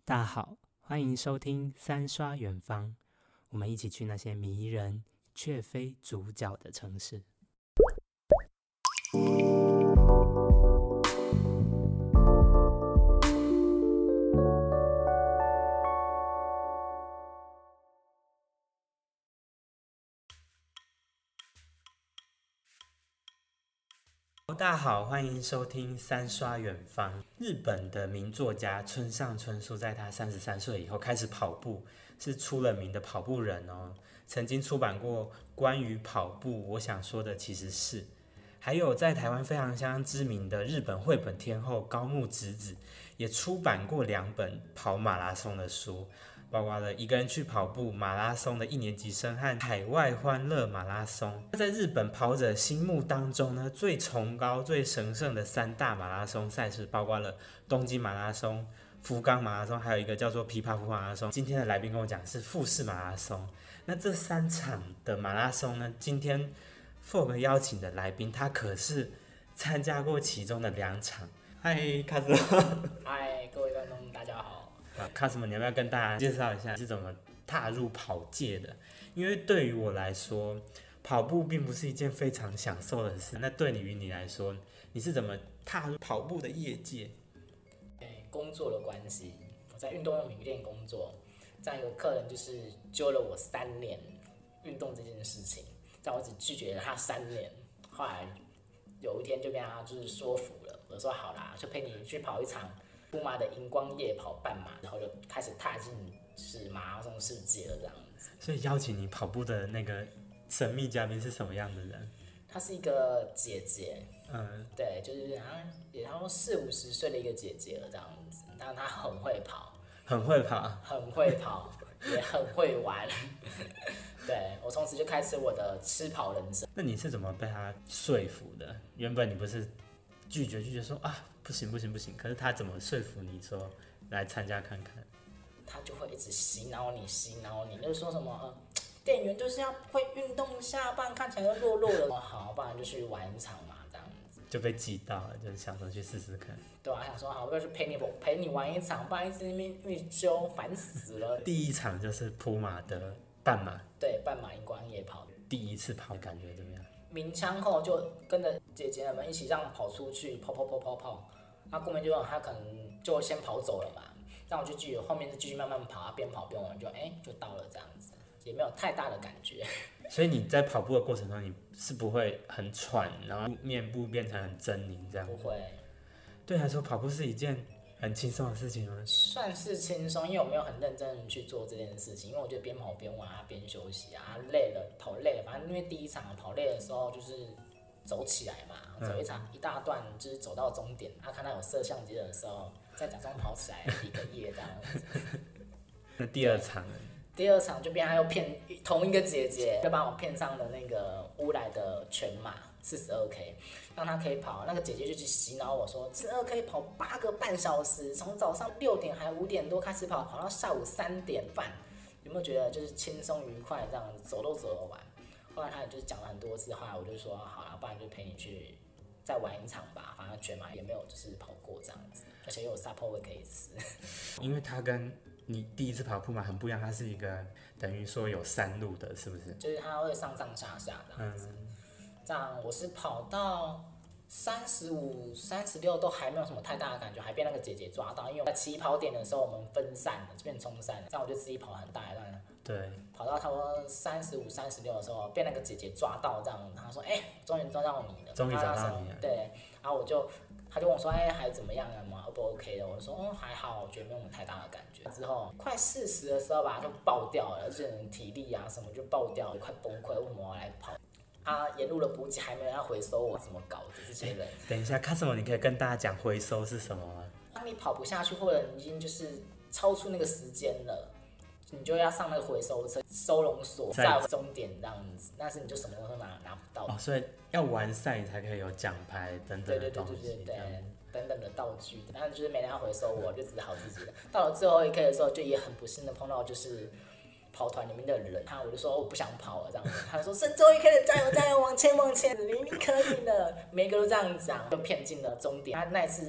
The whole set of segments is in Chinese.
大家好，欢迎收听三刷远方，我们一起去那些迷人却非主角的城市。大家好，欢迎收听三刷远方。日本的名作家村上春树在他33岁以后开始跑步，是出了名的跑步人哦。曾经出版过关于跑步，我想说的其实是，还有在台湾非常相当知名的日本绘本天后高木直子，也出版过2本跑马拉松的书。包括了一个人去跑步马拉松的1年级生和海外欢乐马拉松。在日本跑者心目当中呢，最崇高、最神圣的3大马拉松赛事，包括了东京马拉松、福冈马拉松，还有一个叫做琵琶湖马拉松。今天的来宾跟我讲是富士马拉松。那这3场的马拉松呢，今天 Fog 邀请的来宾，他可是参加过其中的2场。嗨，卡斯。 嗨，各位观众，大家好。 卡斯，你要不要跟大家介绍一下是怎么踏入跑界的？因为对于我来说，跑步并不是一件非常享受的事。那对于你来说，你是怎么踏入跑步的业界？ 工作的关系，我在运动用品店工作，这样有个客人就是揪了我3年运动这件事情，但我只拒绝了他3年。后来有一天就被他就是说服了，我说好啦，就陪你去跑一场布马的荧光夜跑半马，然后就开始踏进是马拉松世界了这样子。 所以邀请你跑步的那个神秘嘉宾是什么样的人？ 她是一个姐姐，对，就是好像也差不多40-50岁的一个姐姐了这样子，但她很会跑， 很会跑， 很会跑，也很会玩。对，我从此就开始我的吃跑人生。 那你是怎么被他说服的？原本你不是拒绝说啊，不行，可是他怎么说服你说来参加看看？ 他就会一直洗脑你，就是说什么店员就是要会运动一下，不然看起来就弱弱的。好，不然就去玩一场嘛，这样子。 就被激到了，就是想说去试试看。 对啊，想说好，我要去陪你玩一场，不然一直那边运修，烦死了。 第一场就是普马的半马， 对，半马荧光夜跑。 第一次跑感觉怎么样？ 鸣枪后就跟着姐姐们一起这样跑出去，跑，那过没就他可能就先跑走了嘛，让我就继续后面就继续慢慢跑，边跑边玩就到了这样子，也没有太大的感觉。 所以你在跑步的过程中，你是不会很喘，然后面部变成很狰狞这样？ 不会。 对你来说，跑步是一件很轻松的事情吗？ 算是轻松，因为我没有很认真去做这件事情，因为我觉得边跑边玩边休息啊，累了跑累了，反正因为第一场跑累的时候就是走起来嘛，走一大段就是走到终点，看到有摄像机的时候，再假装跑起来比个耶这样子。 那第二场呢？ 第二场就变他又骗同一个姐姐，就把我骗上了那个乌来的全马42K， 让他可以跑。那个姐姐就去洗脑我说，42K 跑8个半小时，从早上6点还5点多开始跑，跑到下午3点半，有没有觉得就是轻松愉快这样子，走都走得完？后来他也就是讲了很多次，后来我就说好了，不然就陪你去再玩一场吧，反正全马也没有就是跑过这样子，而且又有 support 可以吃。 因为他跟你第一次跑普马很不一样，它是一个等于说有山路的，是不是？ 就是它会上上下下这样子。这样我是跑到35、36都还没有什么太大的感觉，还被那个姐姐抓到，因为在起跑点的时候我们分散了，这边冲散了，这样我就自己跑很大一段。 对。 跑到差不多35、36的时候，被那个姐姐抓到，这样她说：“终于抓到你了。” 终于找到你了。 对，然后他就问我说：“还怎么样了吗？ 不 OK 的？”我就说：“还好，我觉得没有太大的感觉。”之后快40的时候吧，就爆掉了，而且体力啊什么就爆掉了，快崩溃。为什么我要来跑？沿路的补给还没人要回收我，怎么搞的这些人？ 等一下，看什么？你可以跟大家讲回收是什么吗？ 当你跑不下去，或者你已经就是超出那个时间了，你就要上那个回收车，收容所在终点这样子，但是你就什么都拿不到。 所以要完赛你才可以有奖牌等等的东西。 对，等等的道具，但是就是没人要回收我，就只好自己的。到了最后一 K 的时候，就也很不幸的碰到就是跑团里面的人，我就说我不想跑了这样子，他就说剩最后一 K 的加油，往前，你可以的，每个都这样讲，就骗进了终点。那一次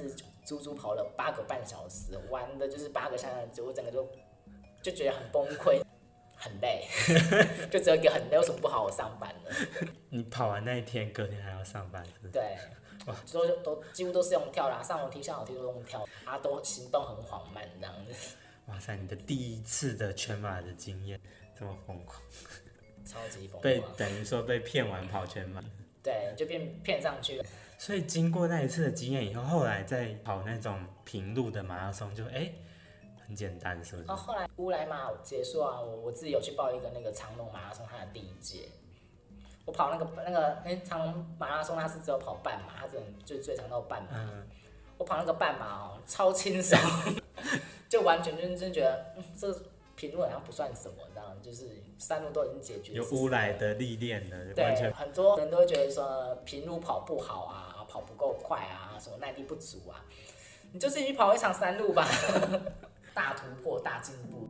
足足跑了8个半小时，玩的就是8个小时，我整个就觉得很崩溃，很累，就只有一个很累，为什么不好好上班呢？ 你跑完那一天，隔天还要上班是不是？ 对，之后都几乎都是用跳啦，上楼梯下楼梯都用跳，都行动很缓慢这样子。 哇塞，你的第一次的全马的经验这么疯狂， 超级疯狂， 等于说被骗完跑全马。 对，就骗上去了。 所以经过那一次的经验以后，后来再跑那种平路的马拉松就很简单，是不是？ 后来乌来马结束啊，我自己有去报一个那个长隆马拉松，它的第1届。我跑那个长隆马拉松，它是只有跑半马，它只能就是最长到半马。我跑那个半马超轻松，就完全真觉得，这平路好像不算什么，这样就是山路都已经解决。 有乌来的历练的， 对， 完全很多人都会觉得说平路跑不好啊，跑不够快啊，什么耐力不足啊，你就自己去跑一场山路吧，大突破，大进步。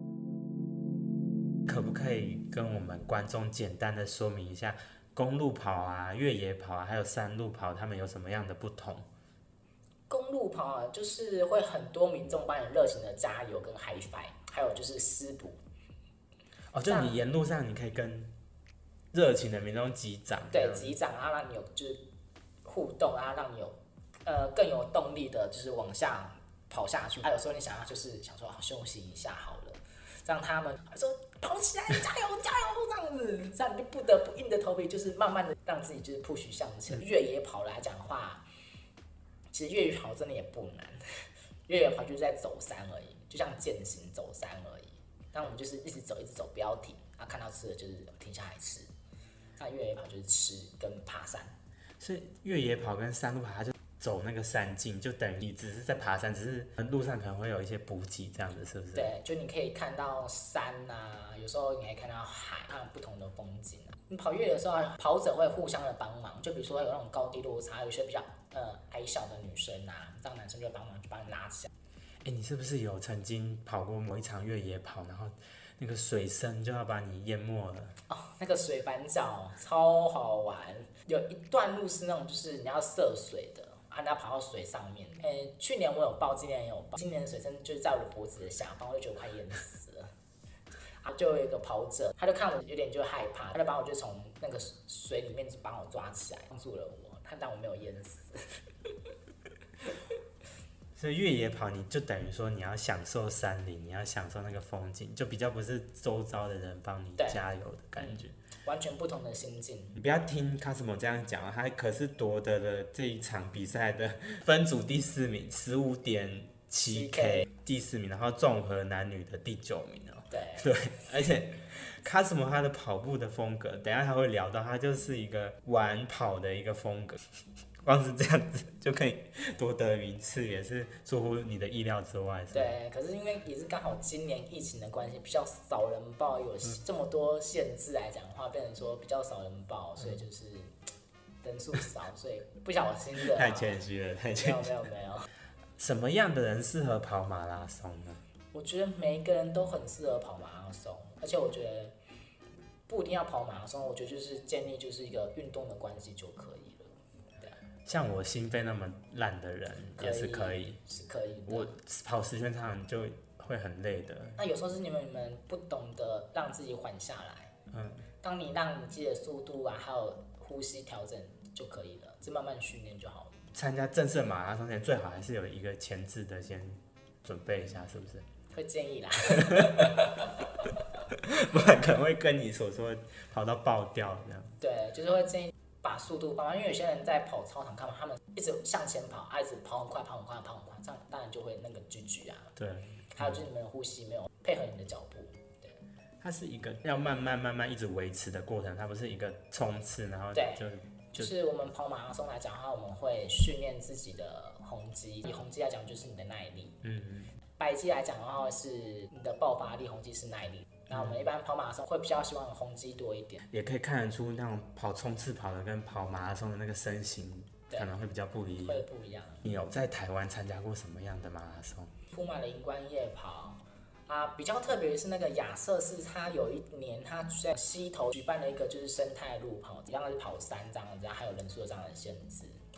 可不可以跟我们观众简单的说明一下，公路跑啊、越野跑啊，还有山路跑，它们有什么样的不同？ 公路跑啊，就是会很多民众帮你热情的加油跟 high five， 还有就是施补。 就你沿路上你可以跟热情的民众击掌， 对，击掌啊，让你有就是互动啊，让你有更有动力的，就是往下跑下去。有时候你想要说休息一下好了，让他们说跑起来，加油加油这样子，这样你就不得不硬着头皮，就是慢慢的让自己就是 push 向前。越野跑来讲的话，其实越野跑真的也不难，越野跑就是在走山而已，就像健行走山而已。那我们就是一直走，不要停。看到吃的就是停下来吃。那越野跑就是吃跟爬山。 所以越野跑跟山路跑，它就走那个山径，就等于你只是在爬山，只是路上可能会有一些补给，这样子是不是？ 对，就你可以看到山啊，有时候你还看到海，看到不同的风景啊。你跑越野的时候，跑者会互相的帮忙，就比如说有那种高低落差，有些比较矮小的女生啊，让男生就会帮忙去帮你拉起来。 你是不是有曾经跑过某一场越野跑，然后那个水深就要把你淹没了？ 那个水板脚超好玩，有一段路是那种就是你要涉水的你要跑到水上面。去年我有报，今年也有报。今年的水深就是在我的脖子的下方，我就觉得快淹死了。就有一个跑者，他就看我有点就害怕，他就把我就从那个水里面帮我抓起来，帮助了我，他让我没有淹死。 所以越野跑，你就等于说你要享受山林，你要享受那个风景，就比较不是周遭的人帮你加油的感觉， 完全不同的心境。 你不要听 Cosmo 这样讲，他可是夺得了这一场比赛的分组第4名，15.7K 第4名，然后综合男女的第9名哦。对，而且 Cosmo 他的跑步的风格，等一下他会聊到，他就是一个晚跑的一个风格。光是这样子就可以夺得名次，也是出乎你的意料之外。 对，可是因为也是刚好今年疫情的关系，比较少人报，有这么多限制来讲的话，变成说比较少人报，所以就是人数少，所以不小心的。 太谦虚了，太谦虚。 没有。 什么样的人适合跑马拉松呢？ 我觉得每一个人都很适合跑马拉松，而且我觉得不一定要跑马拉松，我觉得就是建立就是一个运动的关系就可以了。 像我心肺那么烂的人也是可以， 是可以的。 我跑10圈场就会很累的。 那有时候是你们不懂得让自己缓下来。当你让你自己的速度啊，还有呼吸调整就可以了，就慢慢训练就好了。 参加正式马拉松前，最好还是有一个前置的先准备一下，是不是？ 会建议啦。 不然可能会跟你所说跑到爆掉这样。 对，就是会建议把速度放慢，因为有些人在跑操场看到他们一直向前跑，一直跑很快，这样当然就会那个GG啊。 对。 还有就是你们的呼吸没有配合你的脚步。对。 它是一个要慢慢一直维持的过程，它不是一个冲刺，然后就是我们跑马拉松来讲的话，我们会训练自己的红肌，以红肌来讲就是你的耐力。白肌来讲的话是你的爆发力，红肌是耐力。那我们一般跑马拉松会比较希望红肌多一点， 也可以看得出那种跑冲刺跑的跟跑马拉松的那个身形可能会比较不一样。 会不一样。 你有在台湾参加过什么样的马拉松？ 铺马的银冠夜跑比较特别的是那个亚瑟士，他有一年他在溪头举办了一个就是生态路跑，一样是跑山这样子，还有人数的这样的限制。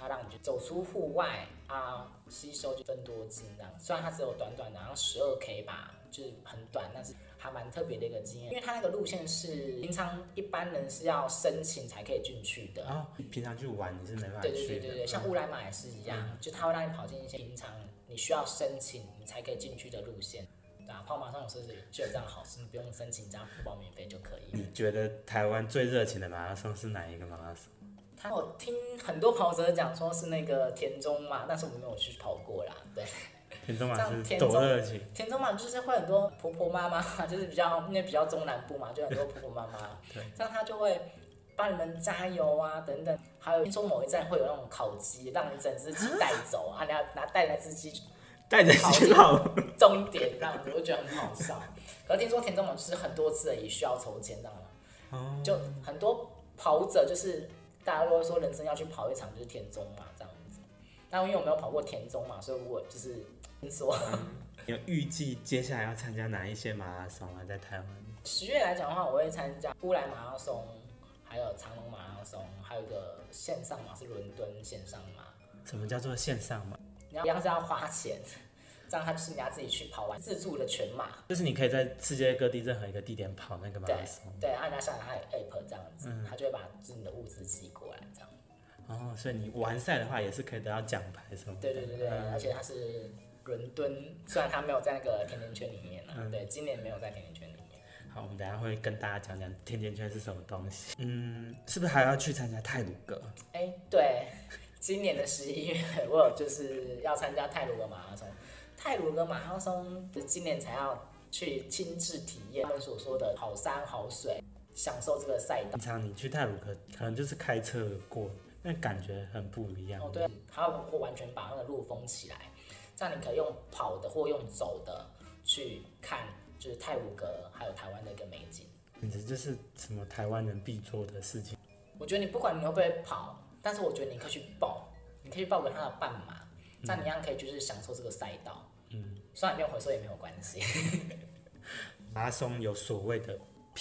它让你就走出户外啊，吸收就更多筋这样。虽然它只有短短的好像12K 吧，就是很短，但是还蛮特别的一个经验，因为它那个路线是平常一般人是要申请才可以进去的。 哦，平常去玩你是没办法对去的。 对，像乌来马也是一样，就它会让你跑进一些平常你需要申请你才可以进去的路线。跑马拉松有时候就有这样的好处，你不用申请，只要付报名费就可以。 你觉得台湾最热情的马拉松是哪一个马拉松？ 我听很多跑者讲说是那个田中马，但是我没有去跑过啦。对， 田中马是多热情？ 田中马就是会很多婆婆妈妈，就是因为比较中南部嘛，就很多婆婆妈妈，这样他就会帮你们加油啊等等。还有听说某一站会有那种烤鸡，让你整只鸡带走啊，你要带那只鸡。 带着去跑终点这样子，我就觉得很好笑。可是听说田中马就是很多次也需要筹钱，这样就很多跑者就是大家都会说人生要去跑一场就是田中马这样子。但因为我没有跑过田中马，所以我就是听说。 有预计接下来要参加哪一些马拉松啊？在台湾 10月来讲的话，我会参加乌来马拉松，还有长隆马拉松，还有一个线上马是伦敦线上马。 什么叫做线上马？ 你一样是要花钱，这样它就是你要自己去跑完自助的全马， 就是你可以在世界各地任何一个地点跑那个马拉松。 对，然后你要下载它的 app 这样子，它就会把你的物资寄过来这样。 哦，所以你完赛的话也是可以得到奖牌什么的。 对，而且它是伦敦，虽然它没有在那个甜甜圈里面啦，对，今年没有在甜甜圈里面。 好，我们等一下会跟大家讲讲甜甜圈是什么东西。是不是还要去参加太鲁阁？ 对。今年的11月，我有就是要参加太鲁阁马拉松。太鲁阁马拉松今年才要去亲自体验他们所说的好山好水，享受这个赛道。 平常你去太鲁阁可能就是开车过，那感觉很不一样。 对，还有我完全把那个路封起来，这样你可以用跑的或用走的去看，就是太鲁阁还有台湾的一个美景。 简直就是什么台湾人必做的事情。 我觉得你不管你会不会跑，但是我觉得你可以去报，你可以报个他的半马，这样你一样可以就是享受这个赛道。虽然没有回收也没有关系。 马拉松有所谓的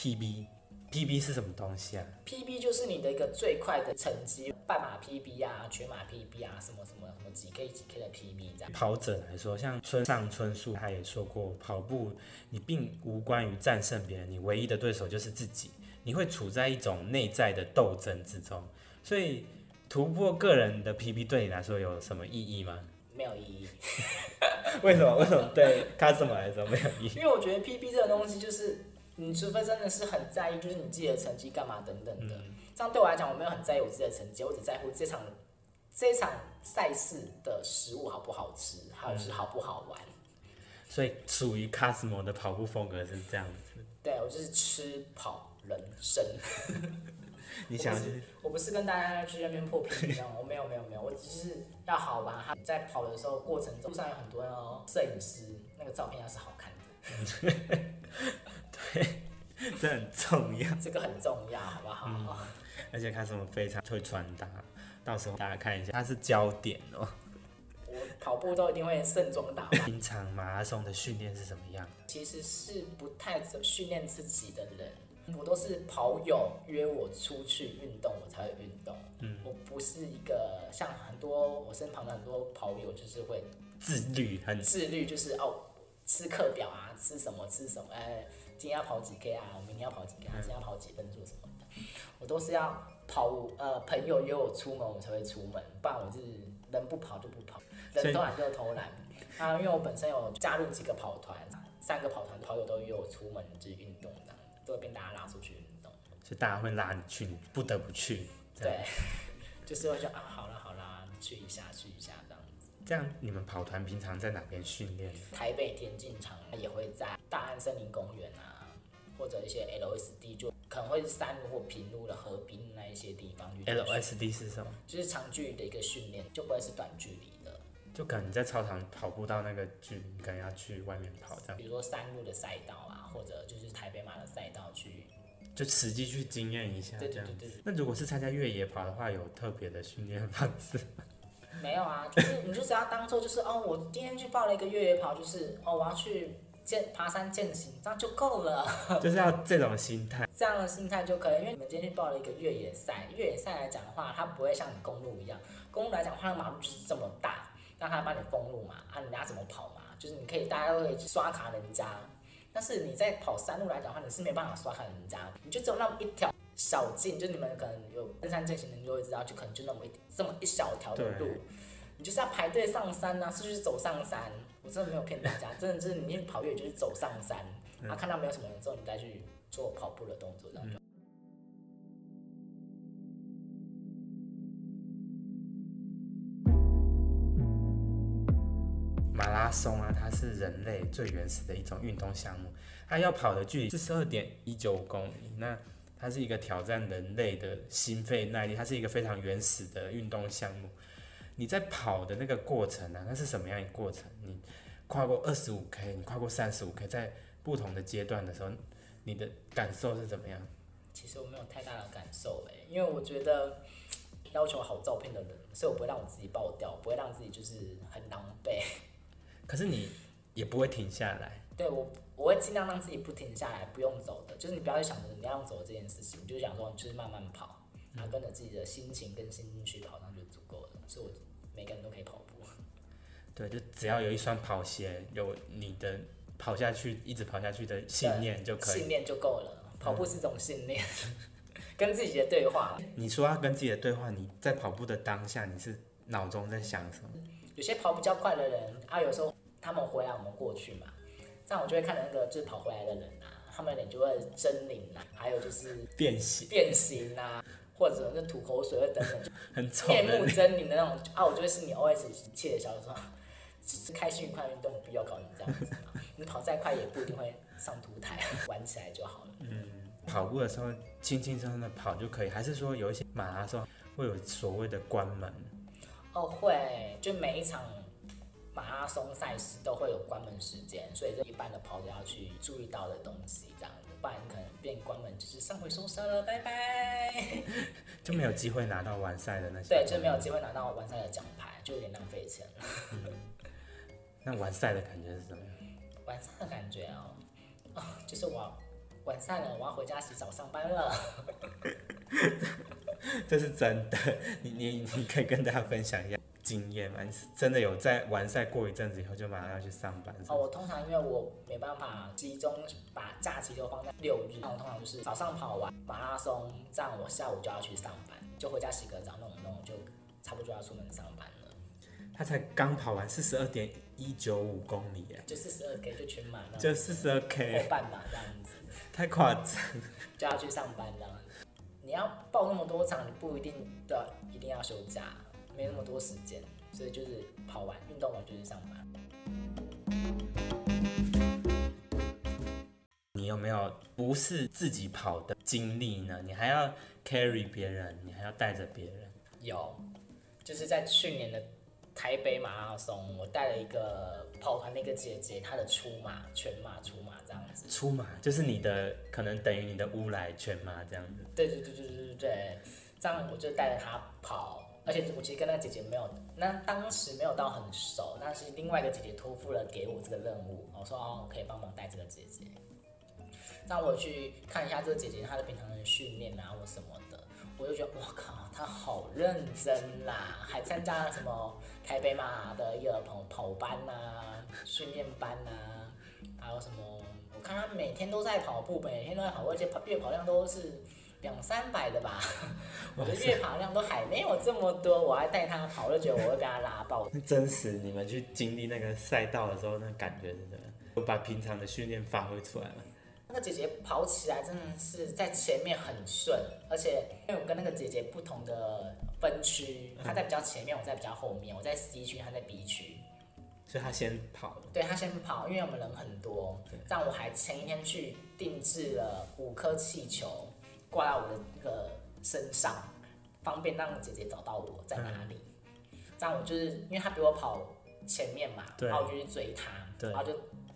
PB 是什么东西啊 ？PB 就是你的一个最快的成绩，半马 PB 啊，全马 PB 啊，什么几 K 的 PB 这样。 跑者来说，像村上春树他也说过，跑步你并无关于战胜别人，你唯一的对手就是自己，你会处在一种内在的斗争之中，所以突破个人的 PB 对你来说有什么意义吗？ 没有意义。 为什么对 customer 来说没有意义？ 因为我觉得 PB 这个东西就是你除非真的是很在意，就是你自己的成绩干嘛等等的。这样对我来讲，我没有很在意我自己的成绩，我只在乎这场赛事的食物好不好吃，还有是好不好玩。 所以属于 customer 的跑步风格是这样子。 对，我就是吃跑人生。 你想我不是跟大家去那边破 PB 那种，我没有，我只是要好玩。在跑的时候过程中，路上有很多摄影师，那个照片要是好看的。 对，这很重要。 这个很重要，好不好？ 而且看什么非常会穿搭，到时候大家看一下，它是焦点哦。 我跑步都一定会盛装打扮。 平常马拉松的训练是什么样？ 其实是不太训练自己的人。我都是跑友约我出去运动，我才会运动。我不是一个像很多我身旁的很多跑友，就是会自律， 就是吃课表啊，吃什么，今天要跑几 K 啊，我明天要跑几 K 啊，今天要跑几分数什么的。我都是要朋友约我出门，我才会出门，不然我是人不跑就不跑，人偷懒就偷懒。因为我本身有加入几个跑团，3个跑团跑友都约我出门去运动的。都会被大家拉出去运动， 所以大家会拉你去，你不得不去。 对，就是会说好啦，去一下这样子。 这样你们跑团平常在哪边训练？ 台北田径场也会在大安森林公园啊，或者一些 LSD， 就可能会是山路或平路的河滨那一些地方去。 LSD 是什么？ 就是长距离的一个训练，就不会是短距离的。 就可能你在操场跑步到那个距离，你可能要去外面跑这样。 比如说山路的赛道啊，或者就是台北马的赛道去， 就实际去经验一下这样。 对。 那如果是参加越野跑的话，有特别的训练方式吗？ 没有啊，就是你就只要当做就是我今天去报了一个越野跑，就是我要去爬山健行，这样就够了。 就是要这种心态。 这样的心态就可以，因为你们今天去报了一个越野赛，越野赛来讲的话，它不会像你公路一样，公路来讲，它的马路就是这么大，让它帮你封路嘛，人家怎么跑嘛，就是你可以大家都可以刷卡人家，但是你在跑山路来讲的话，你是没办法刷卡人家，你就只有那么一条小径，就你们可能有登山健行的人就会知道，就可能就这么一小条的路，你就是要排队上山啊，是就是走上山。我真的没有骗大家，真的就是你去跑越野就是走上山，看到没有什么人之后，你再去做跑步的动作，这样就。 马拉松啊，它是人类最原始的一种运动项目，它要跑的距离42.195公里，那它是一个挑战人类的心肺耐力，它是一个非常原始的运动项目。你在跑的那个过程啊，那是什么样的过程？你跨过25K， 你跨过35K， 在不同的阶段的时候，你的感受是怎么样？ 其实我没有太大的感受因为我觉得要求好照片的人，所以我不会让我自己爆掉，不会让自己就是很狼狈。 可是你也不会停下来。 对，我会尽量让自己不停下来，不用走的，就是你不要去想着你要走这件事情，你就想说你就是慢慢跑，然后跟着自己的心情跟心境去跑，上就足够了。所以我每个人都可以跑步。 对，就只要有一双跑鞋，有你的跑下去，一直跑下去的信念就可以。 信念就够了，跑步是一种信念，跟自己的对话。 你说要跟自己的对话，你在跑步的当下，你是脑中在想什么？ 有些跑比较快的人有时候他们回来，我们过去嘛，这样我就会看着那个就是跑回来的人他们脸就会狰狞还有就是变形或者是吐口水等等，就很丑面目狰狞的那种我就会心里 OS 窃笑说，只是开心愉快运动，不要搞成这样子嘛。你跑再快也不一定会上凸台，玩起来就好了。 跑步的时候轻轻松松的跑就可以，还是说有一些马拉松会有所谓的关门？ 会，就每一场马拉松赛事都会有关门时间，所以这一般的跑者要去注意到的东西，这样不然可能变关门就是上回收车了，拜拜。 就没有机会拿到完赛的那些。 对，就没有机会拿到完赛的奖牌，就有点浪费钱了。 那完赛的感觉是怎么样？ 完赛的感觉就是我完赛了，我要回家洗澡上班了。 这是真的，你可以跟大家分享一下经验吗？你是真的有在完赛过一阵子以后就马上要去上班？ 我通常因为我没办法集中把假期都放在6日，那我通常就是早上跑完马拉松，这样我下午就要去上班，就回家洗个澡弄一弄，就差不多就要出门上班了。 他才刚跑完42.195公里耶， 就42K 就全马那就42K 后半马这样子， 太夸张， 就要去上班这样子。你要报那么多场，你不一定一定要休假，没那么多时间，所以就是跑完运动完就去上班。 你有没有不是自己跑的经历呢？你还要 carry 别人，你还要带着别人？ 有，就是在去年的台北马拉松，我带了一个跑团的一个姐姐，她的全马出马这样子。 出马就是你的可能等于你的乌来全马这样子。 对，这样我就带着她跑，而且我其实跟那个姐姐当时没有到很熟，但是另外一个姐姐托付了给我这个任务，我说可以帮忙带这个姐姐。这样我去看一下这个姐姐她的平常的训练或什么的，我就觉得哇靠，她好认真啦，还参加了什么台北马的一个跑班训练班还有什么，我看她每天都在跑步，而且月跑量都是200-300的吧，我的月跑量都还没有这么多，我还带她跑，我就觉得我会被她拉爆。 真实你们去经历那个赛道的时候，那感觉是怎么样？我把平常的训练发挥出来了。 那个姐姐跑起来真的是在前面很顺，而且因为我跟那个姐姐不同的分区，她在比较前面，我在比较后面，我在 C 区，她在 B 区， 所以她先跑了。 对，她先跑，因为我们人很多，这样我还前一天去定制了5颗气球挂在我的那个身上，方便让姐姐找到我在哪里。这样我就是因为她比我跑前面嘛，然后我就去追她，然后就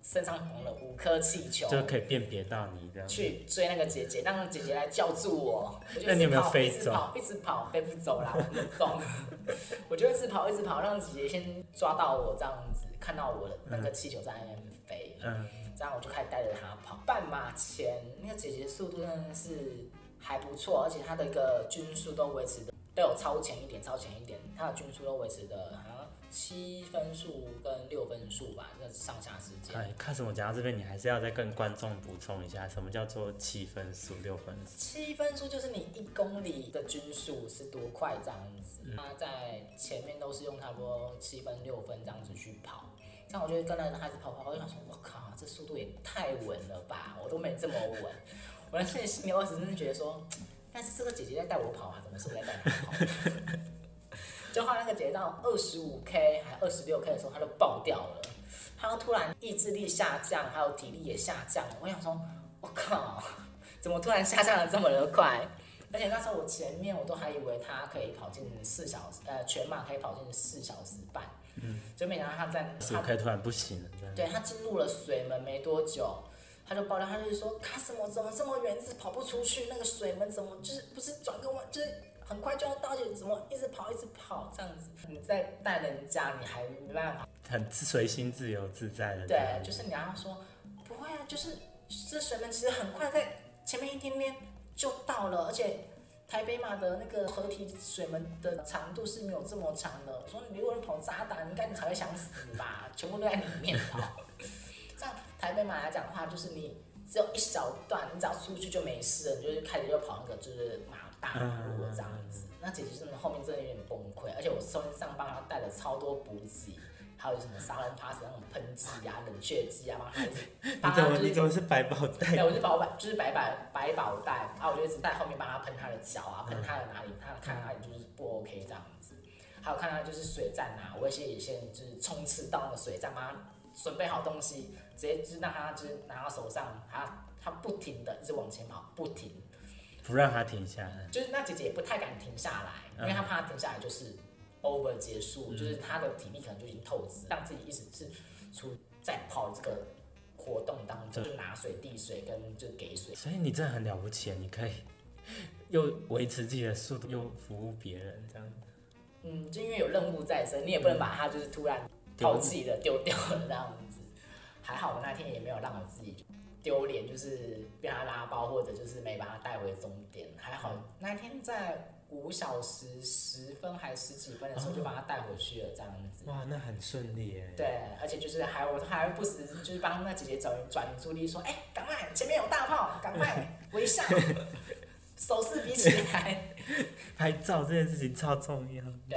身上绑了5颗气球， 就可以辨别到你这样。 去追那个姐姐，让姐姐来叫住我。 那你有没有飞走？ 一直跑，飞不走啦，我很重。我就一直跑，让姐姐先抓到我这样子，看到我的那个气球在那边飞。这样我就开始带着她跑。半马前，那个姐姐速度真的是还不错，而且她的一个均速都维持的都有超前一点，她的均速都维持的好像7分数跟6分数吧，那上下时间。 看什么讲到这边，你还是要再跟观众补充一下，什么叫做7分速、6分速 ？7分速就是你1公里的均速是多快这样子，他在前面都是用差不多7分、6分这样子去跑。这样我就跟着孩子跑，我就想说，我靠，这速度也太稳了吧，我都没这么稳。我那心里真的觉得说，但是这个姐姐在带我跑啊，怎么是我在带她跑？就后来那个姐姐到25K 还26K 的时候，她就爆掉了，她突然意志力下降，还有体力也下降。我想说，我靠，怎么突然下降的这么的快？而且那时候我前面我都还以为她可以跑进4小时，全马可以跑进4小时半。就没想到她在 15K 突然不行了。 对，她进入了水门没多久，她就爆料，她就是说，卡什么怎么这么远，一直跑不出去，那个水门怎么就是不是转个弯就是。很快就要到，且怎么一直跑这样子？你在带人家，你还没办法， 很随心自由自在的。 对，就是你要说不会啊，就是这水门其实很快，在前面一点点就到了，而且台北马的那个合体水门的长度是没有这么长的。我说你如果跑渣打，应该你才会想死吧？全部都在里面跑。像台北马来讲的话，就是你只有一小段，你只要出去就没事了，你就是开始就跑那个就是大马路这样子。那姐姐真的后面真的有点崩溃，而且我身上帮她带了超多补给，还有什么沙龙 pass 那种喷剂啊、冷却剂啊， 你怎么是百宝袋？ 对，我就是百宝袋，然后我就一直在后面帮她喷她的脚啊，喷她的哪里，她看哪里就是不 OK 这样子。还有看她就是水站啊，我也先就是冲刺到那个水站，帮她准备好东西，直接就是让她就是拿到手上，她不停的一直往前跑，不停。 不让他停下来， 就是那姐姐也不太敢停下来，因为她怕她停下来就是 over 结束，就是她的体力可能就已经透支，让自己一直是在跑这个活动当中，就拿水递水跟就给水。 所以你真的很了不起，你可以又维持自己的速度，又服务别人这样。 就因为有任务在身，你也不能把它就是突然抛弃了、丢掉了这样子。还好我那天也没有让我自己丢脸，就是被他拉包，或者就是没把他带回终点。还好那天在5小时10分还10几分的时候就把他带回去了，这样子。 哇，那很顺利耶。 对，而且就是我还会不时就是帮那姐姐转移注意力，说：“赶快，前面有大炮，赶快微笑，手势比起来。” 拍照这件事情超重要。 对。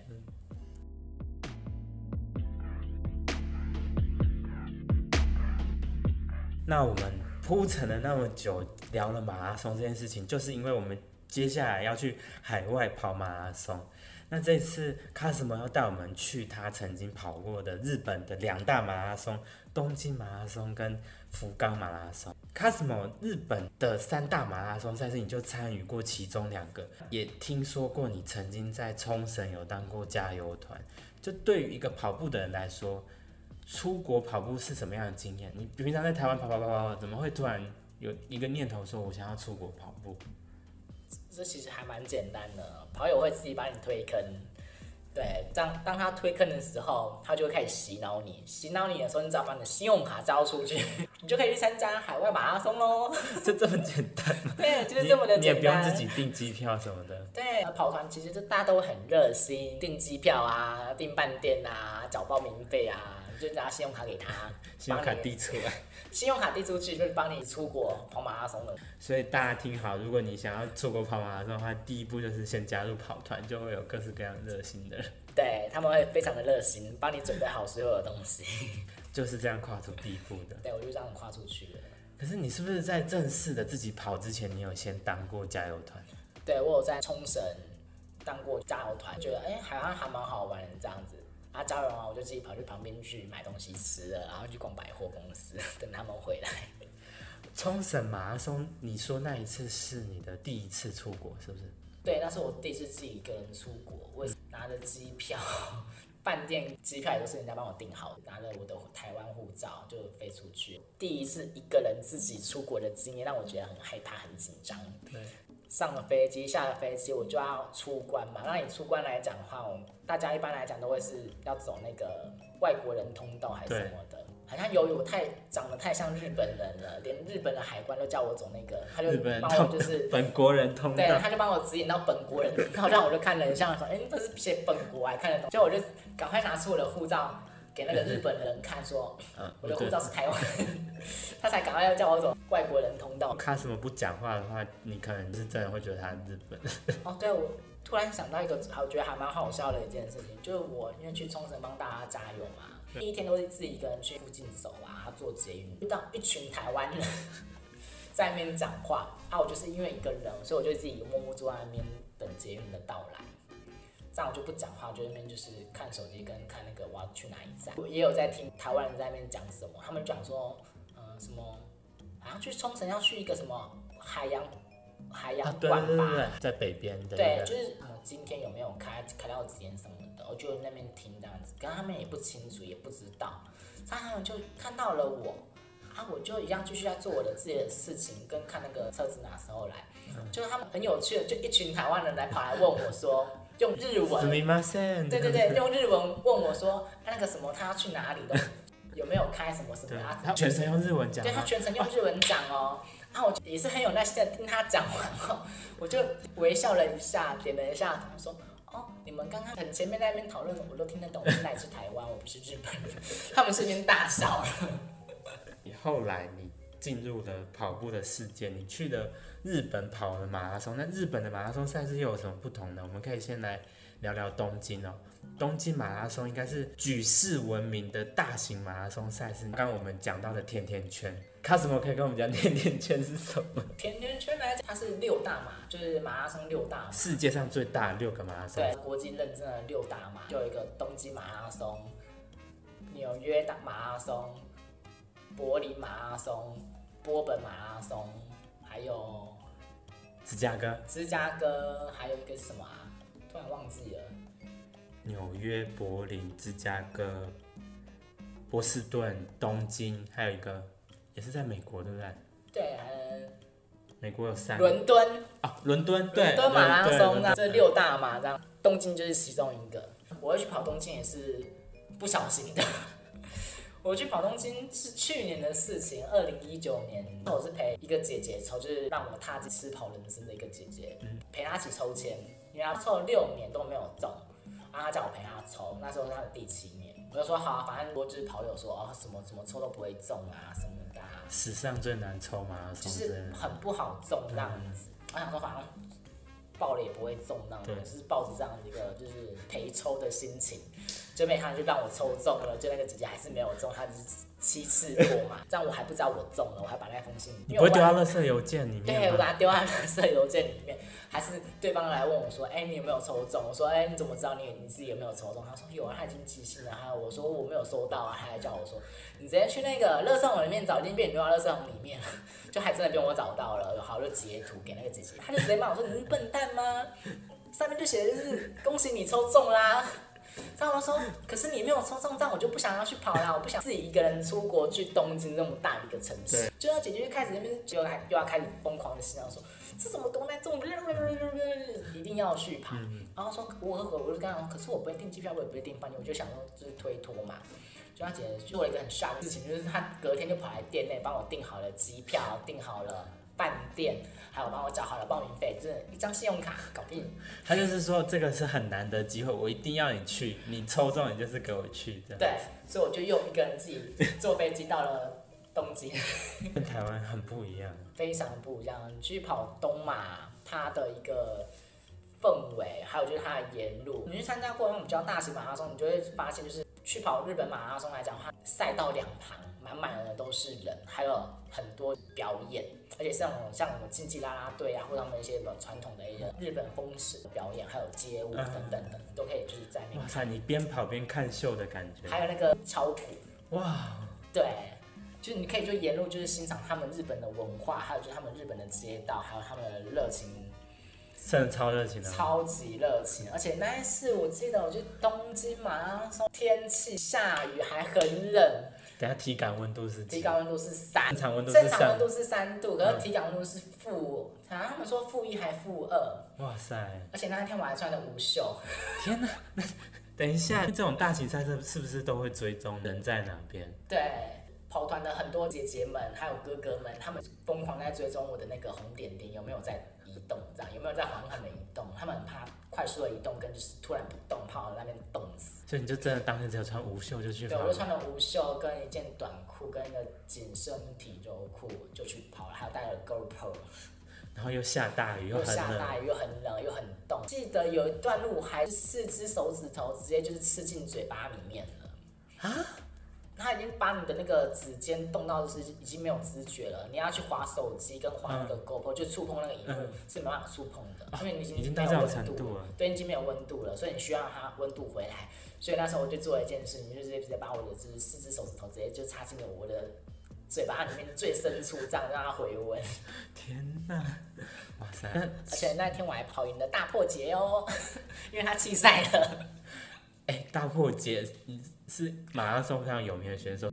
那我们铺陈了那么久，聊了马拉松这件事情，就是因为我们接下来要去海外跑马拉松。那这次卡什么要带我们去他曾经跑过的日本的2大马拉松，东京马拉松跟福冈马拉松。卡什么日本的3大马拉松赛事，你就参与过其中2个，也听说过你曾经在冲绳有当过加油团。就对于一个跑步的人来说，出国跑步是什么样的经验？你平常在台湾跑，怎么会突然有一个念头说我想要出国跑步？ 这其实还蛮简单的，跑友会自己把你推坑。对，当他推坑的时候，他就会开始洗脑你。洗脑你的时候，你只要把你的信用卡交出去，你就可以去参加海外马拉松喽。 就这么简单吗？ 对，就是这么的简单。 你也不用自己订机票什么的。 对，跑团其实大家都很热心，订机票啊，订饭店啊，缴报名费啊，就拿信用卡给他， 信用卡递出来， 信用卡递出去就是帮你出国跑马拉松了。 所以大家听好，如果你想要出国跑马拉松的话，第一步就是先加入跑团，就会有各式各样热心的人。 对，他们会非常的热心，帮你准备好所有的东西。 就是这样跨出第一步的。 对，我就这样跨出去了。 可是你是不是在正式的自己跑之前，你有先当过加油团？ 对，我有在冲绳当过加油团，觉得好像还蛮好玩的这样子。然后加油完，我就自己跑去旁边去买东西吃了，然后去逛百货公司，等他们回来。 冲绳马拉松，你说那一次是你的第一次出国，是不是？ 对，那是我第一次自己一个人出国，我也拿着机票， 饭店机票也都是人家帮我订好的，拿了我的台湾护照就飞出去。第一次一个人自己出国的经验让我觉得很害怕、很紧张。 对， 上了飞机，下了飞机，我就要出关嘛。那你出关来讲的话，大家一般来讲都会是要走那个外国人通道还是什么的。好像由于我长得太像日本人了，连日本的海关都叫我走那个，他就帮我就是本国人通道， 对，他就帮我指引到本国人通道，让我就看人像说，这是写本国还看得懂，所以我就赶快拿出我的护照给那个日本人看说，我的护照是台湾人，他才赶快要叫我走外国人通道。 他什么不讲话的话，你可能是真的会觉得他是日本人。 哦，对，我突然想到一个，我觉得还蛮好笑的一件事情，就是我因为去冲绳帮大家加油嘛。第一天都是自己一个人去附近走啊，坐捷运，遇到一群台湾人在那边讲话啊，我就是因为一个人，所以我就自己默默坐在那边等捷运的到来，这样我就不讲话，就在那边就是看手机跟看那个我要去哪一站。我也有在听台湾人在那边讲什么，他们讲说，什么好像去冲绳要去一个什么海洋馆吧， 对，在北边的， 对，就是今天有没有开到几点什么的，我就那边听这样子，可是他们也不清楚，也不知道，他们就看到了我，我就一样继续在做我的自己的事情，跟看那个车子哪时候来，就是他们很有趣的，就一群台湾人跑来问我说，用日文，对，用日文问我说，那个什么他要去哪里的，有没有开什么什么啊？ 他全程用日文讲， 对，他全程用日文讲哦。我也是很有耐心的听他讲完后，我就微笑了一下，点了一下头，说：“你们刚刚很前面在那边讨论，我都听得懂，我是来自台湾，我不是日本人。”他们瞬间大笑了。 后来你进入了跑步的世界，你去了日本跑了马拉松，那日本的马拉松赛事又有什么不同呢？我们可以先来聊聊东京哦。东京马拉松应该是举世闻名的大型马拉松赛事。刚刚我们讲到的甜甜圈，Cosmo可以跟我们讲甜甜圈是什么？ 甜甜圈来讲，它是6大马，就是马拉松6大马， 世界上最大的6个马拉松。 对，国际认证的6大马，就有一个东京马拉松、纽约马拉松、柏林马拉松、波本马拉松，还有芝加哥， 还有一个是什么啊？突然忘记了。 纽约、柏林、芝加哥、波士顿、东京，还有一个也是在美国，对不对？ 对， 美国有3个。 伦敦啊，伦敦对， 伦敦马拉松这6大马这样，东京就是其中一个。我会去跑东京也是不小心的。我去跑东京是去年的事情，2019年，我是陪一个姐姐抽，就是让我踏进吃跑人生的一个姐姐，陪她一起抽签，因为她抽了6年都没有中。他叫我陪他抽，那时候是他的第7年，我就说好啊，反正我就是跑友说什么抽都不会中啊什么的啊。 史上最难抽马拉松， 就是很不好中这样子。我想说反正爆了也不会中那种，就是抱着这样一个就是陪抽的心情，就没看就让我抽中了，就那个姐姐还是没有中，她只是7次过嘛，这样我还不知道我中了，我还把那封信， 你不会丢到垃圾邮件里面？ 对，我把它丢在垃圾邮件里面，还是对方来问我说，你有没有抽中？我说，你怎么知道你自己有没有抽中？他说有啊，他已经寄信了。还有我说我没有收到啊，他还叫我说，你直接去那个垃圾桶里面找，已经被你丢到垃圾桶里面了，就还真的被我找到了，好就截图给那个姐姐，他就直接骂我说你是笨蛋吗？上面就写的是恭喜你抽中啦。然后我说，可是你没有抽中，这样我就不想要去跑啦，我不想自己一个人出国去东京这么大的一个城市。就那姐姐就开始那边又要开始疯狂的心想说，这怎么多难中，一定要去跑。然后说我就跟他说，可是我不会订机票，我也不会订饭店，我就想说就是推脱嘛。就他姐姐做了一个很傻的事情，就是他隔天就跑来店内帮我订好了机票，订好了饭店，还有帮我缴好了报名费，真的一张信用卡搞定。 他就是说这个是很难得机会，我一定要你去，你抽中你就是给我去这样。 对，所以我就又一个人自己坐飞机到了东京， 跟台湾很不一样， 非常不一样。你去跑东马，它的一个氛围，还有就是它的沿路，你去参加过那种比较大型马拉松，你就会发现就是去跑日本马拉松来讲的话，赛道两旁满满的都是人，还有很多表演，而且像我们竞技啦啦队啊，或者他们一些传统的一些日本风式的表演，还有街舞等等等，都可以就是在那边。 哇塞，你边跑边看秀的感觉。 还有那个敲鼓， 哇， 对，就是你可以就沿路就是欣赏他们日本的文化，还有就是他们日本的街道，还有他们的热情真的超热情的。 超级热情，而且那一次我记得我去东京马拉松，天气下雨还很冷。 等下体感温度是几？ 体感温度是3， 正常温度正常温度是3度，可是体感温度是好像他们说-1还-2。 哇塞！ 而且那一天我还穿的无袖。 天哪！等一下，这种大型赛事是不是都会追踪人在哪边？ 对，跑团的很多姐姐们还有哥哥们，他们疯狂在追踪我的那个红点点有没有在移动，这样有没有在缓缓的移动，他们很怕快速的移动跟就是突然不动，怕我在那边冻死。 所以你就真的当天只有穿无袖就去跑？ 对，我就穿了无袖跟一件短裤跟一个紧身体柔裤就去跑了，还有带了 GoPro。 然后又下大雨，又很冷， 下大雨，又很冷，又很冻。记得有一段路还4只手指头直接就是吃进嘴巴里面了。啊？他已经把你的那个指尖冻到就是已经没有知觉了，你要去滑手机跟滑那个 GoPro，就触碰那个荧幕是没办法触碰的，因为你已经到这种程度了。 对，已经没有温度了，所以你需要它温度回来。所以那时候我就做了一件事情，就是直接把我的就是4只手指头直接就插进了我的嘴巴里面最深处，这样让它回温。 天哪！哇塞！ 而且那天我还跑赢了大破节哦，因为他弃赛了。 大破节是马拉松非常有名的选手。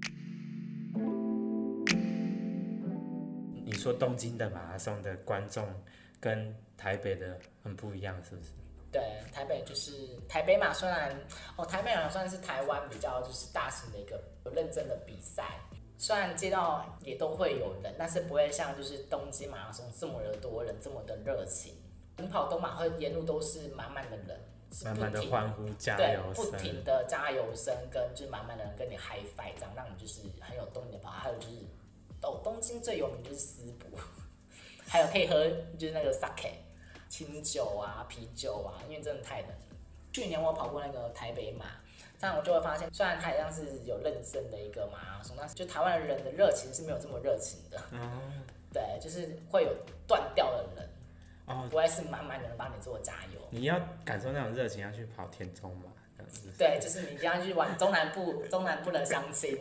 你说东京的马拉松的观众跟台北的很不一样，是不是？ 对，台北就是台北马，虽然台北马算是台湾比较就是大型的一个有认真的比赛。虽然街道也都会有人，但是不会像就是东京马拉松这么的多人，这么的热情。你跑东马会沿路都是满满的人， 满满的欢呼加油声， 不停的加油声跟就是满满的人跟你 high five， 这样让你就是很有动力的跑。还有就是东京最有名就是私补，还有可以喝就是那个 sake 清酒啊、啤酒啊，因为真的太冷了。去年我跑过那个台北马。这样我就会发现，虽然它一样是有认证的一个马拉松，但是就台湾人的热情是没有这么热情的。对，就是会有断掉的人，不会是满满的人帮你做加油。 你要感受那种热情，要去跑田中马这样子。 对，就是你一定要去玩中南部的乡亲。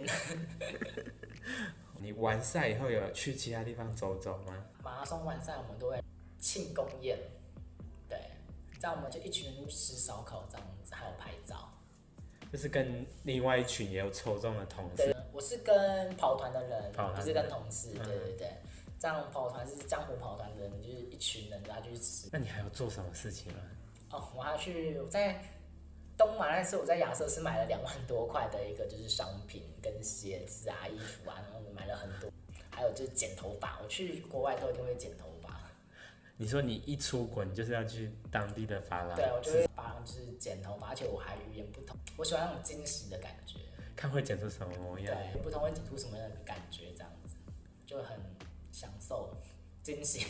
你完赛以后有去其他地方走走吗？ 马拉松完赛我们都会庆功宴，对，这样我们就一群人去吃烧烤这样子，还有拍照。 就是跟另外一群也有抽中的同事。 对，我是跟跑团的人，不是跟同事。对，这样跑团是江湖跑团的人，就是一群人然后就去吃。 那你还有做什么事情吗？ 我还我在东马那次我在亚瑟士买了2万多块的一个就是商品跟鞋子啊、衣服啊，然后买了很多。还有就是剪头发，我去国外都一定会剪头发。 你说你一出国，你就是要去当地的发廊？ 对，我就会发廊就是剪头发，而且我还语言不同，我喜欢那种惊喜的感觉。 看会剪出什么模样？ 对，不同会剪出什么样的感觉，这样子就很享受惊喜。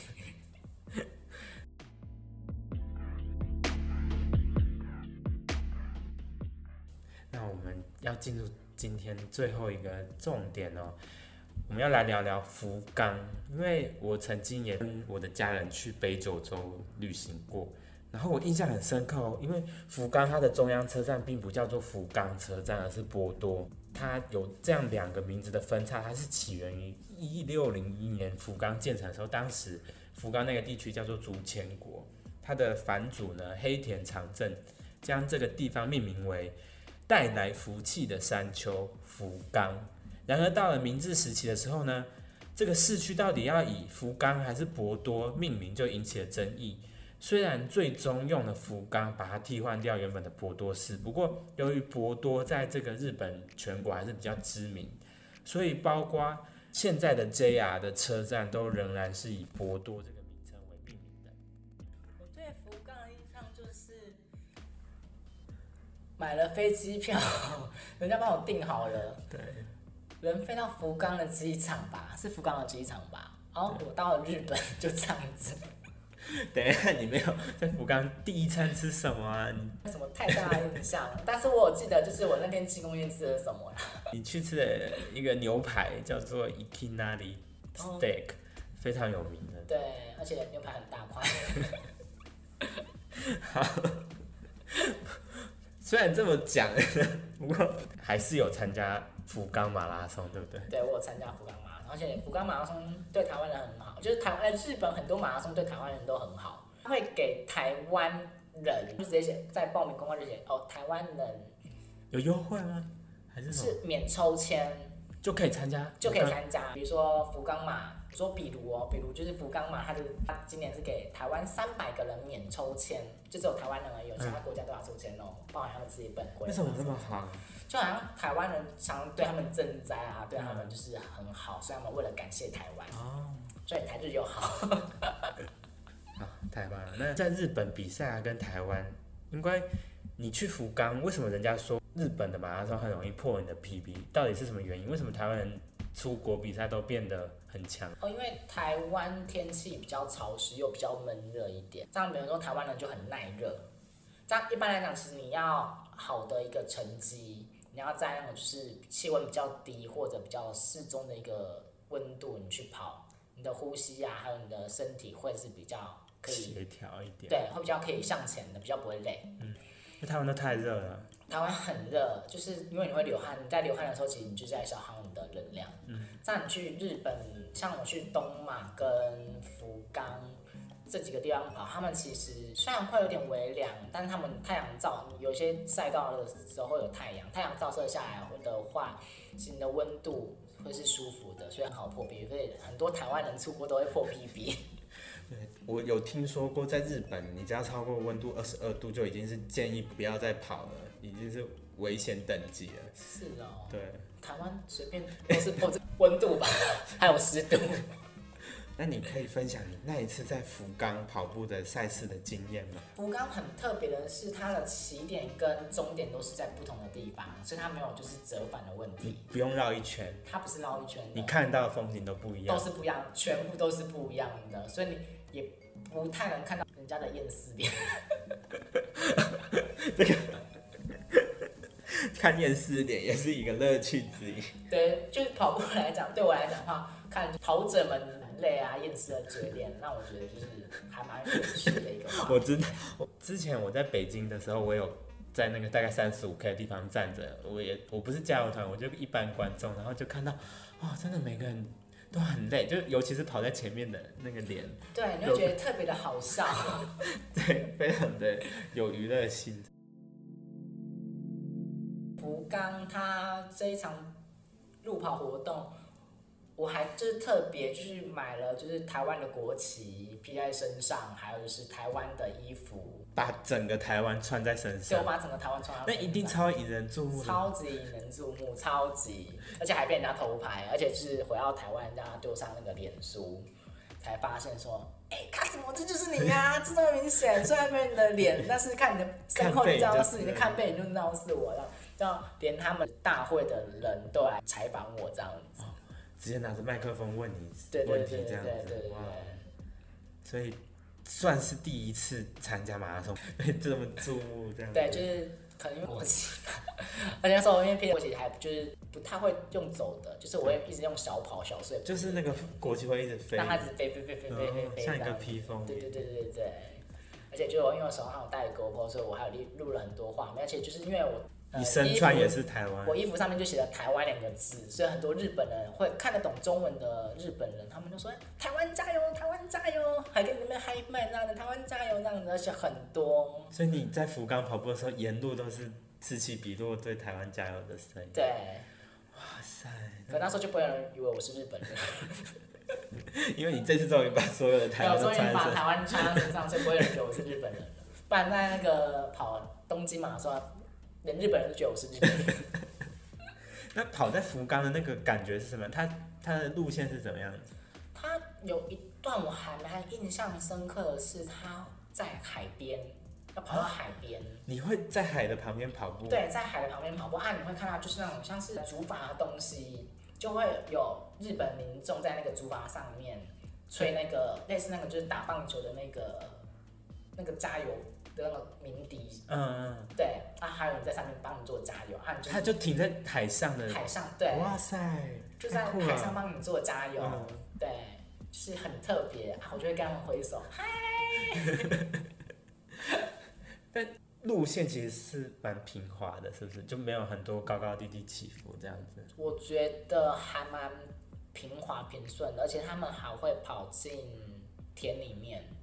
那我们要进入今天最后一个重点哦。我们要来聊聊福冈，因为我曾经也跟我的家人去北九州旅行过，然后我印象很深刻哦，因为福冈它的中央车站并不叫做福冈车站，而是波多。它有这样2个名字的分叉，它是起源于1601年福冈建成的时候，当时福冈那个地区叫做竹千国，它的藩主呢黑田长政将这个地方命名为带来福气的山丘福冈。然而到了明治时期的时候呢，这个市区到底要以福冈还是博多命名就引起了争议。虽然最终用了福冈把它替换掉原本的博多市，不过由于博多在这个日本全国还是比较知名，所以包括现在的 JR 的车站都仍然是以博多这个名称为命名的。 我对福冈的印象就是买了飞机票，人家帮我订好了。 对。 人飞到福冈的机场吧，是福冈的机场吧？然后我到了日本就这样子。 等一下，你没有在福冈第一餐吃什么啊？ 没什么太大的印象，但是我有记得就是我那天庆功宴吃了什么啦。 你去吃了一个牛排，叫做 Ikinari Steak，非常有名的。 对，而且牛排很大块。 好，虽然这么讲，不过还是有参加福冈马拉松，对不对？ 对，我有参加福冈马拉松，而且福冈马拉松对台湾人很好，就是日本很多马拉松对台湾人都很好。他会给台湾人，就直接写在报名公告就写哦，台湾人有优惠吗？还是什么？ 是免抽签就可以参加？ 就可以参加。比如说福冈马，比如就是福冈马，他今年是给台湾300个人免抽签，就只有台湾人而已，其他国家都要抽签哦，包含他们自己本国。 为什么这么好？ 就好像台湾人常对他们赈灾啊，对他们就是很好，所以他们为了感谢台湾，所以台日友好。 好，太棒了。那在日本比赛啊，跟台湾，应该你去福冈，为什么人家说日本的马拉松很容易破你的 PB？到底是什么原因？为什么台湾人出国比赛都变得很强？ 因为台湾天气比较潮湿又比较闷热一点，这样比如说台湾人就很耐热。这样一般来讲，其实你要好的一个成绩，你要在那种就是气温比较低或者比较适中的一个温度，你去跑，你的呼吸啊，还有你的身体会是比较可以协调一点， 对，会比较可以向前的，比较不会累。 因为台湾都太热了。 台湾很热，就是因为你会流汗，你在流汗的时候，其实你就是在消耗你的能量。这样你去日本，像我去东马跟福冈这几个地方跑，他们其实虽然会有点微凉，但是他们太阳照，有些赛道的时候会有太阳，太阳照射下来的话，其实你的温度会是舒服的，所以很好破 PB。所以很多台湾人出国都会破 PB。 对，我有听说过，在日本，你只要超过温度22度，就已经是建议不要再跑了，已经是危险等级了。 是哦。 对。 台湾随便都是破这温度吧，还有湿度。 那你可以分享你那一次在福冈跑步的赛事的经验吗？ 福冈很特别的是，它的起点跟终点都是在不同的地方，所以它没有就是折返的问题。 不用绕一圈。 它不是绕一圈的。 你看到的风景都不一样。 都是不一样，全部都是不一样的，所以你也不太能看到人家的厌世脸。 这个看厌世脸也是一个乐趣之一。 对，就是跑步来讲，对我来讲的话，看跑者们累啊、厌世的嘴脸，那我觉得就是还蛮有趣的一个画面。 我知道，之前我在北京的时候，我有在那个大概35K 的地方站着，我不是加油团，我就一般观众，然后就看到，真的每个人都很累，就尤其是跑在前面的那个脸， 对，你会觉得特别的好笑。 对，非常的有娱乐性。 福冈它这一场路跑活动，我还就是特别就是买了就是台湾的国旗披在身上，还有就是台湾的衣服， 把整个台湾穿在身对， 上。 我把整个台湾穿在身上， 那一定超引人注目的。 超级引人注目，超级，而且还被人家偷拍，而且就是回到台湾，人家丢上那个脸书，才发现说，看什么？这就是你呀、这么明显，虽然没有你的脸，但是看你的身后就知道是你，的看背影就知道是我，这样连他们大会的人都来采访我这样子， 直接拿着麦克风问你对问题这样子，哇！所以算是第一次参加马拉松，被这么注目这样子。 对，就是可能因为国旗吧，而且那时候因为披国旗还就是不太会用走的，就是我会一直用小跑小碎步， 就是那个国旗会一直飞， 让它一直飞， 像一个披风。 对。而且就因为我手上有带 GoPro， 所以我还有录了很多画面，而且就是因为我你身穿也是台湾， 我衣服上面就写了台湾2个字，所以很多日本人会看得懂中文的日本人，他们就说台湾加油，台湾加油，还跟你们嗨麦这样的台湾加油这样子，而且很多。 所以你在福冈跑步的时候，沿路都是此起彼落对台湾加油的声音。 对， 哇塞！ 可那时候就不会有人以为我是日本人。 因为你这次终于把所有的台湾都穿我终于把台湾穿在身上，所以不会有人觉得我是日本人了。不然在那个跑东京马拉松，连日本人都觉得我是日本人。 那跑在福冈的那个感觉是什么？它的路线是怎么样子？ 它有一段我还蛮印象深刻的是，它在海边，要跑到海边。 你会在海的旁边跑步？ 对，在海的旁边跑步你会看到就是那种像是竹筏的东西，就会有日本民众在那个竹筏上面吹那个类似那个就是打棒球的那个加油的那个鸣笛。对，还有人在上面帮你做加油， 他就停在海上的。 海上，对。 哇塞！ 就在海上帮你做加油，对，就是很特别我就会跟他们挥手，嗨。 但路线其实是蛮平滑的，是不是？就没有很多高高低低起伏这样子。 我觉得还蛮平滑平顺的，而且他们还会跑进田里面，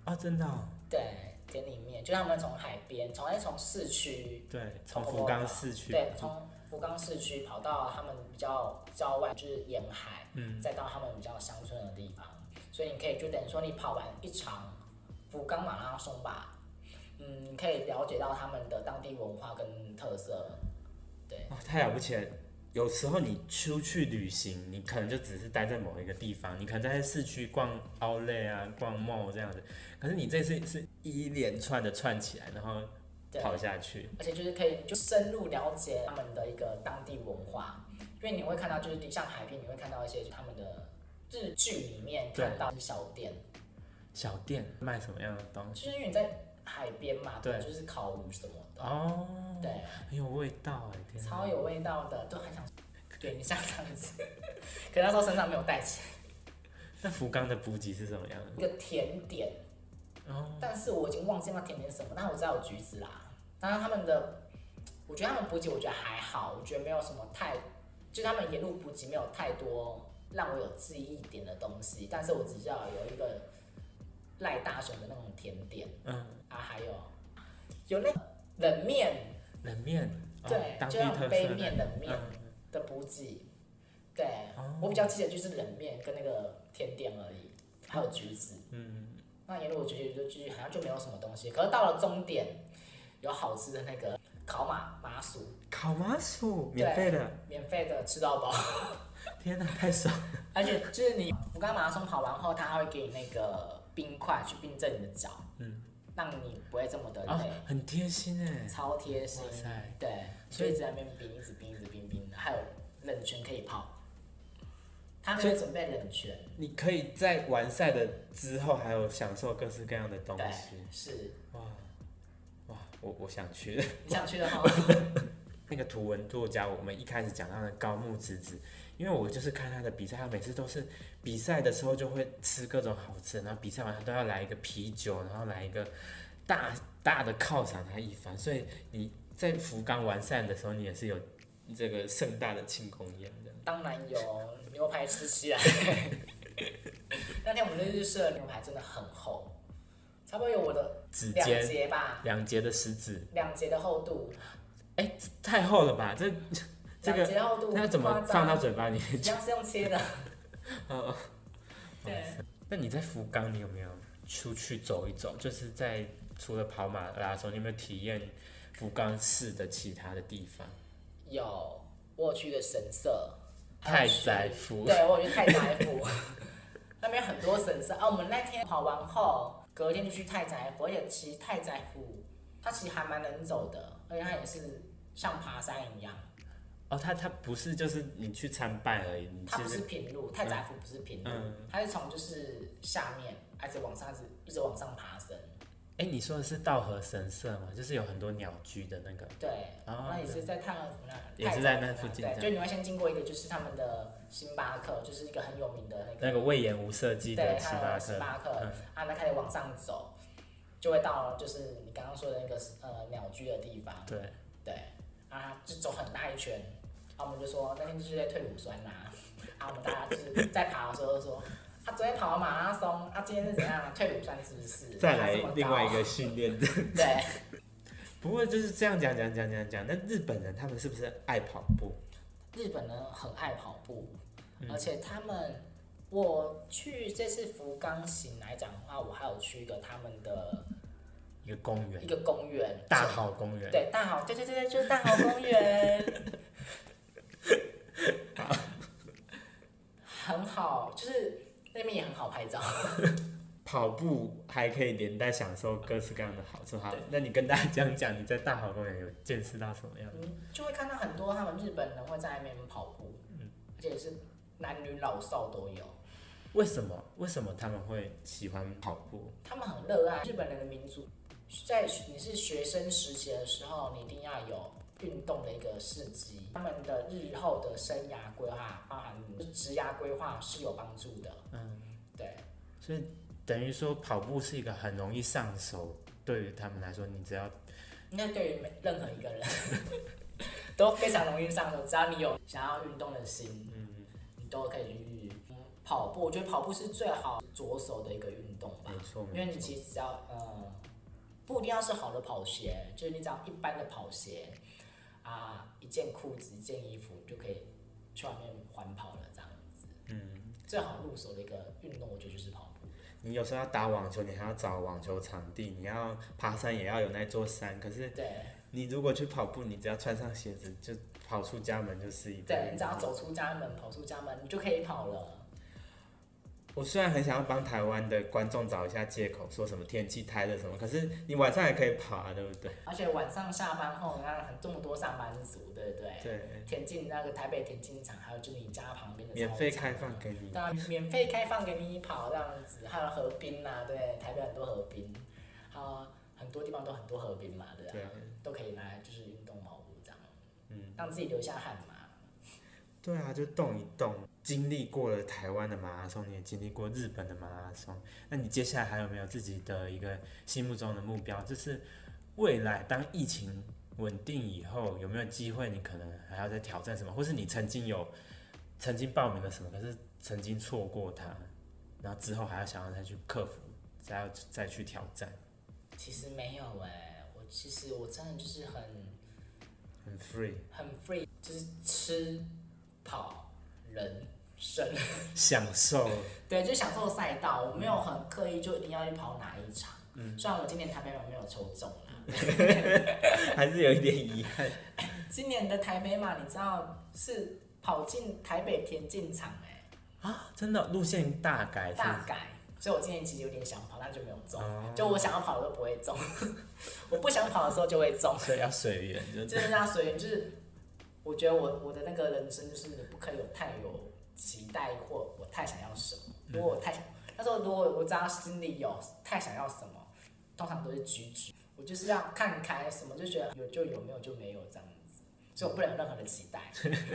哦，真的哦。 对，田里面，就他们从海边，从市区， 对，从福冈市区。 对，从福冈市区跑到他们比较郊外，就是沿海，再到他们比较乡村的地方，所以你可以就等于说你跑完一场福冈马拉松吧，你可以了解到他们的当地文化跟特色，对。 哦，太了不起了！有时候你出去旅行，你可能就只是待在某一个地方，你可能在市区逛 Outlet 啊、逛 mall 这样子。可是你这次是一连串的串起来，然后跑下去， 而且就是可以就深入了解他们的一个当地文化，因为你会看到就是像海边，你会看到一些他们的日剧里面看到小店。 小店卖什么样的东西？ 就是因为你在海边嘛， 对， 就是烤鱼什么的。 哦， 对， 很有味道哎， 超有味道的，都很想对你像这样子，可是那时候身上没有带钱。 那福冈的补给是什么样的？ 一个甜点，但是我已经忘记那甜点是什么，但我知道有橘子啦。当然他们的，我觉得他们补给我觉得还好，我觉得没有什么就是他们沿路补给没有太多让我有记忆点的东西，但是我只知道有一个赖大雄的那种甜点，还有那个冷面，对，就那种杯面冷面的补给，对，我比较记得就是冷面跟那个甜点而已，还有橘子，那沿路我觉得好像就没有什么东西，可是到了终点，有好吃的那个烤麻薯， 免费的， 免费的吃到饱， 天哪，太爽了！ 而且就是你福冈马拉松跑完后，他会给你那个冰块去冰镇你的脚，让你不会这么的累， 很贴心哎， 超贴心，对，所以一直在那边冰，一直冰，还有冷泉可以泡，他们会准备冷泉， 你可以在完赛的之后还有享受各式各样的东西， 是， 哇，我想去了， 你想去的吗？ 那个图文作家，我们一开始讲到的高木直子，因为我就是看他的比赛，他每次都是比赛的时候就会吃各种好吃的，然后比赛完他都要来一个啤酒，然后来一个大的犒赏他一番，所以你在福冈完赛的时候，你也是有这个盛大的庆功宴的。 当然有，牛排吃起来。那天我们的日式的牛排真的很厚，差不多有我的2节吧 ，2节的食指 ，2节的厚度。 太厚了吧？这个 2节的厚度， 那怎么放到嘴巴里面？ 一样是用切的。对。 那你在福冈，你有没有出去走一走？就是除了跑马拉松，你有没有体验福冈市的其他的地方？ 有，我有去一个神社。 太宰府。 对，我有去太宰府。那边很多神社我们那天跑完后，隔天就去太宰府，而且其实太宰府它其实还蛮能走的，而且它也是像爬山一样。 它不是就是你去参拜而已， 它不是平路，太宰府不是平路，它是从就是下面一直往上爬升。 你说的是稻荷神社吗？就是有很多鸟居的那个。 对，那也是在太宰府那， 也是在那附近。 对，就你会先经过一个，就是他们的星巴克，就是一个很有名的那个魏延吴设计的星巴克，那开始往上走，就会到就是你刚刚说的那个鸟居的地方。 对， 就走很大一圈，我们就说那天就是在退乳酸我们大家就是在爬的时候就说。昨天跑完马拉松，今天是怎样？退乳酸是不是？ 再来另外一个训练的。 对。 不过就是这样讲，那日本人他们是不是爱跑步？ 日本人很爱跑步，而且我去这次福冈行来讲的话，我还有去一个他们的一个公园，大好公园。 对，大好，对，就是大好公园。很好，就是那边也很好拍照。 跑步还可以连带享受各式各样的好处。好，那你跟大家讲你在大好公园有见识到什么样的？ 就会看到很多他们日本人会在那边跑步，而且是男女老少都有。 为什么他们会喜欢跑步？ 他们很热爱日本人的民族，在你是学生时期的时候，你一定要有运动的一个事迹，他们的日后的生涯规划，包含职涯规划是有帮助的。对。 所以等于说跑步是一个很容易上手，对于他们来说，你只要应该对于任何一个人都非常容易上手，只要你有想要运动的心，你都可以去跑步，我觉得跑步是最好着手的一个运动吧。 没错， 因为你其实只要不一定要是好的跑鞋，就是你只要一般的跑鞋啊，一件裤子、一件衣服，你就可以去外面环跑了这样子。最好入手的一个运动，我觉得就是跑步。 你有时候要打网球，你还要找网球场地；你要爬山，也要有那座山。可是，你如果去跑步，你只要穿上鞋子，就跑出家门就是一个。 对，你只要走出家门，跑出家门，你就可以跑了。 我虽然很想要帮台湾的观众找一下借口，说什么天气太热什么，可是你晚上也可以跑啊，对不对？ 而且晚上下班后，你看这么多上班族，对不对？ 对。 田径那个台北田径场，还有就你家旁边的免费开放给你。 对啊，免费开放给你跑这样子，还有河滨啊，对，台北很多河滨，还有很多地方都很多河滨嘛，对啊，都可以来就是运动跑步这样，让自己流下汗嘛。 对啊，就动一动。经历过了台湾的马拉松，你也经历过日本的马拉松，那你接下来还有没有自己的一个心目中的目标？就是未来当疫情稳定以后，有没有机会你可能还要再挑战什么，或是你曾经报名了什么，可是曾经错过它，然后之后还要想要再去克服，再去挑战？ 其实没有我真的就是很 free， 就是吃跑人生享受。 对，就享受赛道，我没有很刻意就一定要去跑哪一场。虽然我今年台北马没有抽中啦， 还是有一点遗憾。 今年的台北马你知道是跑进台北田径场真的路线大改。 大改，所以我今年其实有点想跑，但就没有中。就我想要跑的都不会中，我不想跑的时候就会中。 所以要随缘， 就是要随缘，就是我觉得我的那个人生就是你不可以太有期待或我太想要什么。如果那时候如果我知道心里有太想要什么，通常都是局。我就是要看开，什么就觉得有就有，没有就没有这样子，所以我不能有任何的期待。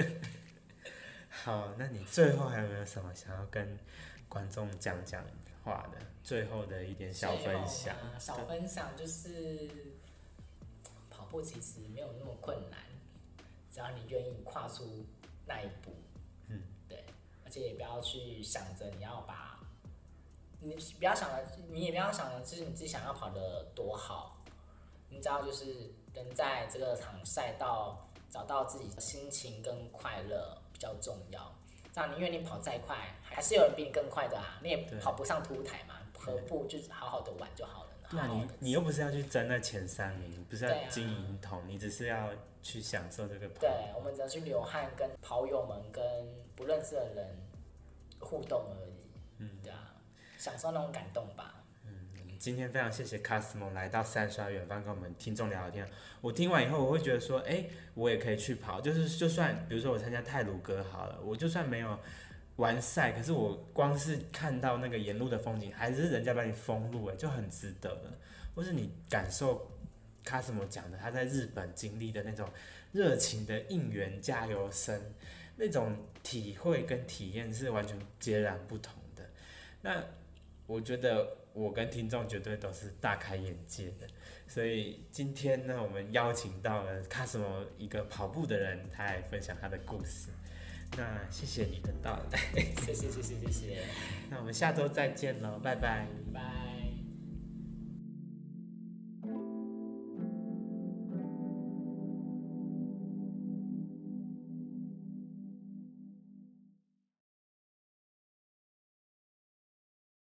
好，那你最后还有没有什么想要跟观众讲话的？最后的一点小分享。 小分享就是跑步其实没有那么困难，只要你愿意跨出那一步。对，而且也不要去想着你要你不要想着，你也不要想着就是你自己想要跑得多好，你只要就是能在这个场赛道找到自己的心情跟快乐比较重要。这样因为你跑再快，还是有人比你更快的啊，你也跑不上凸台嘛，何不就是好好的玩就好了呢？ 对啊，你又不是要去争那前3名，不是要金银铜，你只是要去享受这个跑。 对，我们只要去流汗，跟跑友们跟不认识的人互动而已。对啊，享受那种感动吧。 今天非常谢谢 Cosmo 来到三刷远方跟我们听众聊天。我听完以后，我会觉得说，我也可以去跑。就算比如说我参加太鲁阁好了，我就算没有完赛，可是我光是看到那个沿路的风景，还是人家把你封路，就很值得了。或是你感受 Cosmo 讲的他在日本经历的那种热情的应援加油声，那种体会跟体验是完全截然不同的。那我觉得我跟听众绝对都是大开眼界的，所以今天呢，我们邀请到了 Cosmo 一个跑步的人，他来分享他的故事。那谢谢你的到来， 谢谢。 那我们下周再见喽，拜拜。 拜。